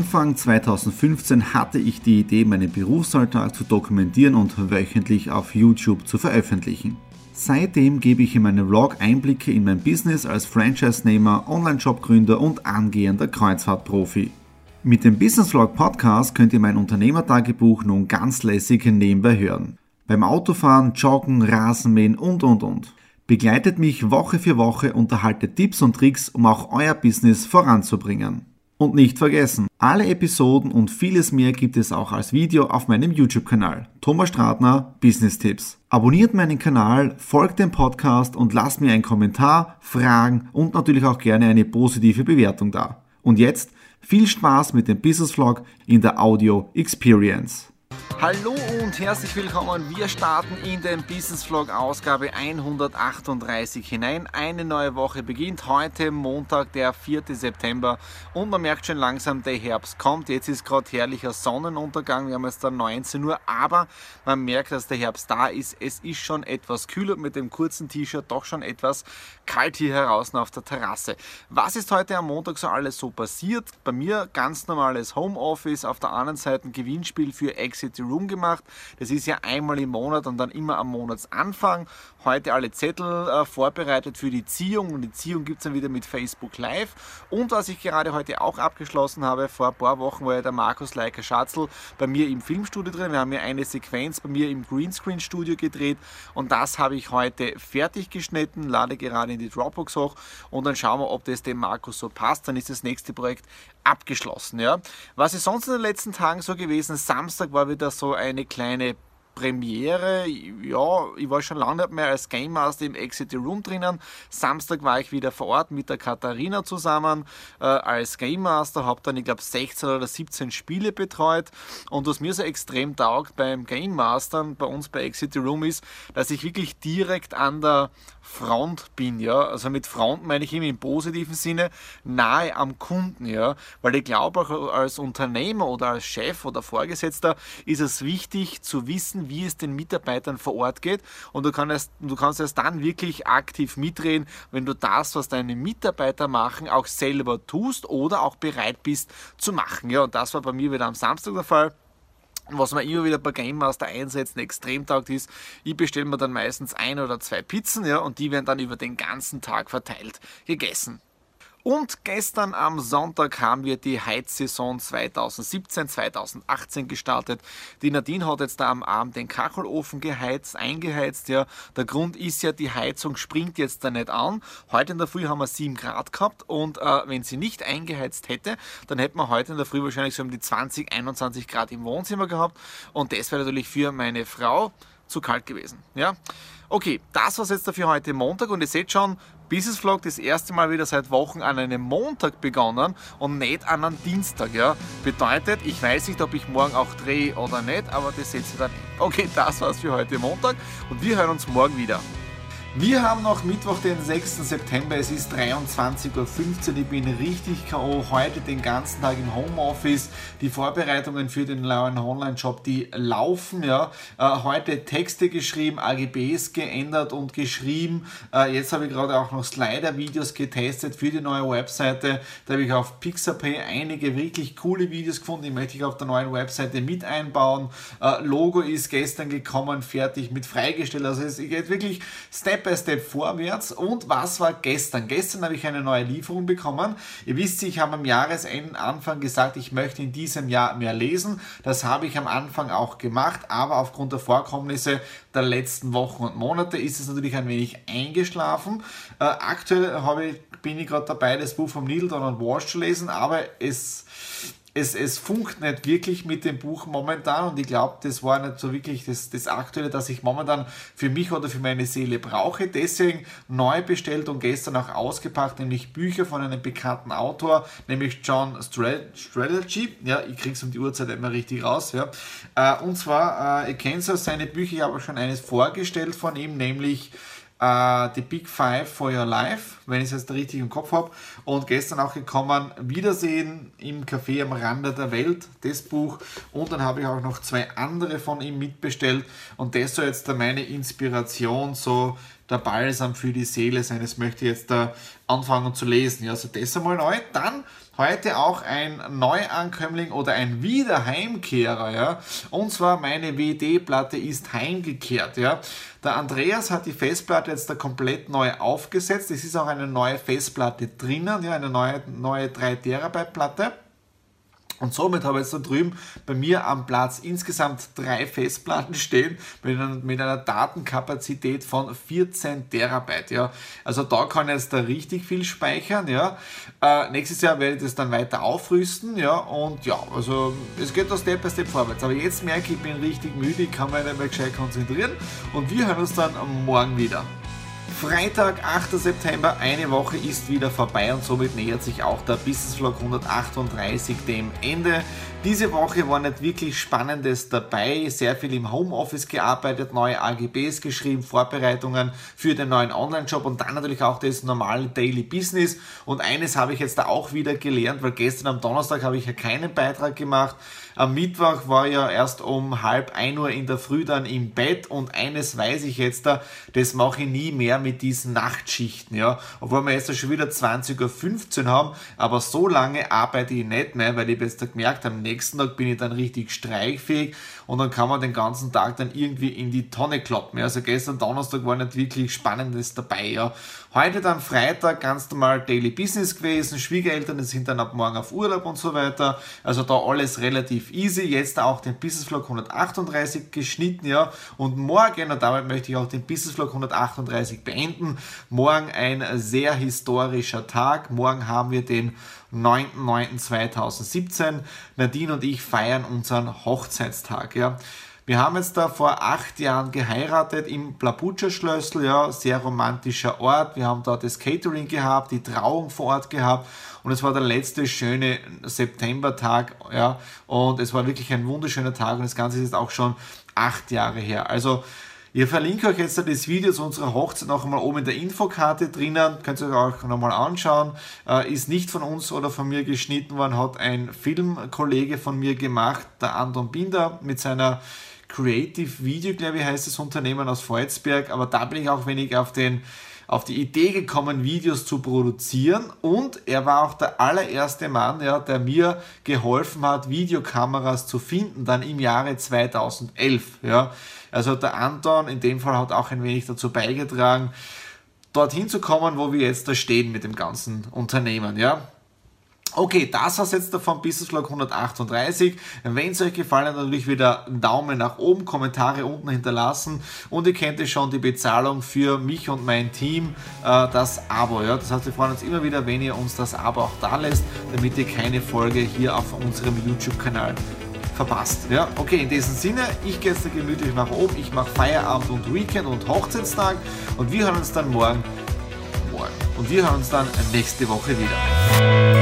Anfang 2015 hatte ich die Idee, meinen Berufsalltag zu dokumentieren und wöchentlich auf YouTube zu veröffentlichen. Seitdem gebe ich in meinem Vlog Einblicke in mein Business als Franchise-Nehmer, Online-Shop-Gründer und angehender Kreuzfahrtprofi. Mit dem Business Vlog Podcast könnt ihr mein Unternehmertagebuch nun ganz lässig nebenbei hören. Beim Autofahren, Joggen, Rasenmähen und. Begleitet mich Woche für Woche und erhaltet Tipps und Tricks, um auch euer Business voranzubringen. Und nicht vergessen, alle Episoden und vieles mehr gibt es auch als Video auf meinem YouTube-Kanal. Thomas Stratner, Business Tipps. Abonniert meinen Kanal, folgt dem Podcast und lasst mir einen Kommentar, Fragen und natürlich auch gerne eine positive Bewertung da. Und jetzt viel Spaß mit dem Business Vlog in der Audio Experience. Hallo und herzlich willkommen. Wir starten in den Business Vlog Ausgabe 138 hinein. Eine neue Woche beginnt heute Montag, der 4. September und man merkt schon langsam, der Herbst kommt. Jetzt ist gerade herrlicher Sonnenuntergang, wir haben jetzt dann 19 Uhr, aber man merkt, dass der Herbst da ist. Es ist schon etwas kühler mit dem kurzen T-Shirt, doch schon etwas kalt hier draußen auf der Terrasse. Was ist heute am Montag so alles so passiert? Bei mir ganz normales Homeoffice, auf der anderen Seite ein Gewinnspiel für Exit the Room gemacht. Das ist ja einmal im Monat und dann immer am Monatsanfang. Heute alle Zettel vorbereitet für die Ziehung und die Ziehung gibt es dann wieder mit Facebook Live. Und was ich gerade heute auch abgeschlossen habe, vor ein paar Wochen war ja der Markus Leiker-Schatzl bei mir im Filmstudio drin. Wir haben ja eine Sequenz bei mir im Greenscreen-Studio gedreht und das habe ich heute fertig geschnitten, lade gerade in die Dropbox hoch und dann schauen wir, ob das dem Markus so passt. Dann ist das nächste Projekt abgeschlossen. Ja. Was ist sonst in den letzten Tagen so gewesen? Samstag war wieder so eine kleine Premiere, ja, ich war schon lange nicht mehr als Game Master im Exit the Room drinnen. Samstag war ich wieder vor Ort mit der Katharina zusammen als Game Master, habe dann, ich glaube, 16 oder 17 Spiele betreut und was mir so extrem taugt beim Game Mastern bei uns bei Exit the Room ist, dass ich wirklich direkt an der Front bin, ja, also mit Front meine ich immer im positiven Sinne, nahe am Kunden, ja, weil ich glaube auch als Unternehmer oder als Chef oder Vorgesetzter ist es wichtig zu wissen, wie es den Mitarbeitern vor Ort geht und du kannst erst dann wirklich aktiv mitreden, wenn du das, was deine Mitarbeiter machen, auch selber tust oder auch bereit bist zu machen, ja, und das war bei mir wieder am Samstag der Fall. Was man immer wieder bei Game Master einsetzen extrem taugt ist, ich bestelle mir dann meistens 1 oder 2 Pizzen, ja, und die werden dann über den ganzen Tag verteilt gegessen. Und gestern am Sonntag haben wir die Heizsaison 2017-2018 gestartet. Die Nadine hat jetzt da am Abend den Kachelofen eingeheizt. Ja. Der Grund ist ja, die Heizung springt jetzt da nicht an. Heute in der Früh haben wir 7 Grad gehabt und wenn sie nicht eingeheizt hätte, dann hätten wir heute in der Früh wahrscheinlich so um die 20, 21 Grad im Wohnzimmer gehabt. Und das wäre natürlich für meine Frau zu kalt gewesen. Ja. Okay, das war's jetzt dafür heute Montag und ihr seht schon, Business Vlog das erste Mal wieder seit Wochen an einem Montag begonnen und nicht an einem Dienstag. Ja. Bedeutet, ich weiß nicht, ob ich morgen auch drehe oder nicht, aber das seht ihr dann. Okay, das war's für heute Montag und wir hören uns morgen wieder. Wir haben noch Mittwoch, den 6. September, es ist 23:15 Uhr, ich bin richtig K.O., heute den ganzen Tag im Homeoffice, die Vorbereitungen für den neuen Online-Shop, die laufen, ja, heute Texte geschrieben, AGBs geändert und geschrieben, jetzt habe ich gerade auch noch Slider-Videos getestet für die neue Webseite, da habe ich auf Pixabay einige wirklich coole Videos gefunden, die möchte ich auf der neuen Webseite mit einbauen, Logo ist gestern gekommen, fertig mit freigestellt, also es geht wirklich Step by Step vorwärts. Und was war gestern? Gestern habe ich eine neue Lieferung bekommen. Ihr wisst, ich habe am Jahresanfang gesagt, ich möchte in diesem Jahr mehr lesen. Das habe ich am Anfang auch gemacht, aber aufgrund der Vorkommnisse der letzten Wochen und Monate ist es natürlich ein wenig eingeschlafen. Aktuell bin ich gerade dabei, das Buch vom Needle Don Walsh zu lesen, aber es funkt nicht wirklich mit dem Buch momentan und ich glaube, das war nicht so wirklich das Aktuelle, das ich momentan für mich oder für meine Seele brauche. Deswegen neu bestellt und gestern auch ausgepackt, nämlich Bücher von einem bekannten Autor, nämlich John Strelacki. Ja, ich kriege es um die Uhrzeit immer richtig raus. Ja. Und zwar, ihr kennt ja seine Bücher, ich habe schon eines vorgestellt von ihm, nämlich The Big Five for Your Life, wenn ich es jetzt richtig im Kopf habe. Und gestern auch gekommen, Wiedersehen im Café am Rande der Welt, das Buch. Und dann habe ich auch noch 2 andere von ihm mitbestellt. Und das soll jetzt meine Inspiration so der Balsam für die Seele sein. Das möchte ich jetzt anfangen zu lesen. Ja, also das einmal neu. Dann heute auch ein Neuankömmling oder ein Wiederheimkehrer, ja. Und zwar meine WD-Platte ist heimgekehrt, ja. Der Andreas hat die Festplatte jetzt da komplett neu aufgesetzt. Es ist auch eine neue Festplatte drinnen, ja, eine neue 3 Terabyte Platte. Und somit habe ich jetzt da drüben bei mir am Platz insgesamt 3 Festplatten stehen mit einer Datenkapazität von 14 Terabyte. Ja. Also da kann ich jetzt da richtig viel speichern. Ja. Nächstes Jahr werde ich das dann weiter aufrüsten. Ja. Und ja, also es geht da Step by Step vorwärts. Aber jetzt merke ich, bin richtig müde, ich kann mich nicht mehr gescheit konzentrieren. Und wir hören uns dann morgen wieder. Freitag, 8. September, eine Woche ist wieder vorbei und somit nähert sich auch der Business Vlog 138 dem Ende. Diese Woche war nicht wirklich Spannendes dabei, sehr viel im Homeoffice gearbeitet, neue AGBs geschrieben, Vorbereitungen für den neuen Online-Shop und dann natürlich auch das normale Daily Business. Und eines habe ich jetzt da auch wieder gelernt, weil gestern am Donnerstag habe ich ja keinen Beitrag gemacht. Am Mittwoch war ja erst um 12:30 Uhr in der Früh dann im Bett und eines weiß ich jetzt da, das mache ich nie mehr mit diesen Nachtschichten, ja. Obwohl wir jetzt schon wieder 20:15 Uhr haben, aber so lange arbeite ich nicht mehr, weil ich jetzt da gemerkt habe, am nächsten Tag bin ich dann richtig streichfähig und dann kann man den ganzen Tag dann irgendwie in die Tonne kloppen. Ja. Also gestern Donnerstag war nicht wirklich Spannendes dabei, ja. Heute dann Freitag ganz normal Daily Business gewesen, Schwiegereltern sind dann ab morgen auf Urlaub und so weiter, also da alles relativ easy, jetzt auch den Business Vlog 138 geschnitten, ja, und morgen, und damit möchte ich auch den Business Vlog 138 beenden, morgen ein sehr historischer Tag, morgen haben wir den 9.9.2017, Nadine und ich feiern unseren Hochzeitstag, ja. Wir haben jetzt da vor 8 Jahren geheiratet im Plaputscher-Schlössl, ja, sehr romantischer Ort. Wir haben da das Catering gehabt, die Trauung vor Ort gehabt und es war der letzte schöne Septembertag, ja, und es war wirklich ein wunderschöner Tag und das Ganze ist jetzt auch schon 8 Jahre her. Also ich verlinke euch jetzt das Video zu unserer Hochzeit noch einmal oben in der Infokarte drinnen, könnt ihr euch auch nochmal anschauen, ist nicht von uns oder von mir geschnitten worden, hat ein Filmkollege von mir gemacht, der Anton Binder mit seiner Creative Video, glaube ich, heißt das Unternehmen aus Volzberg, aber da bin ich auch wenig auf die Idee gekommen, Videos zu produzieren und er war auch der allererste Mann, ja, der mir geholfen hat, Videokameras zu finden, dann im Jahre 2011. Ja. Also der Anton in dem Fall hat auch ein wenig dazu beigetragen, dorthin zu kommen, wo wir jetzt da stehen mit dem ganzen Unternehmen. Ja. Okay, das war's jetzt davon, Business Vlog 138. Wenn es euch gefallen hat, natürlich wieder einen Daumen nach oben, Kommentare unten hinterlassen und ihr kennt ja schon die Bezahlung für mich und mein Team, das Abo. Ja? Das heißt, wir freuen uns immer wieder, wenn ihr uns das Abo auch da lässt, damit ihr keine Folge hier auf unserem YouTube-Kanal verpasst. Ja? Okay, in diesem Sinne, ich gehe jetzt gemütlich nach oben, ich mache Feierabend und Weekend und Hochzeitstag und wir hören uns dann morgen und wir hören uns dann nächste Woche wieder.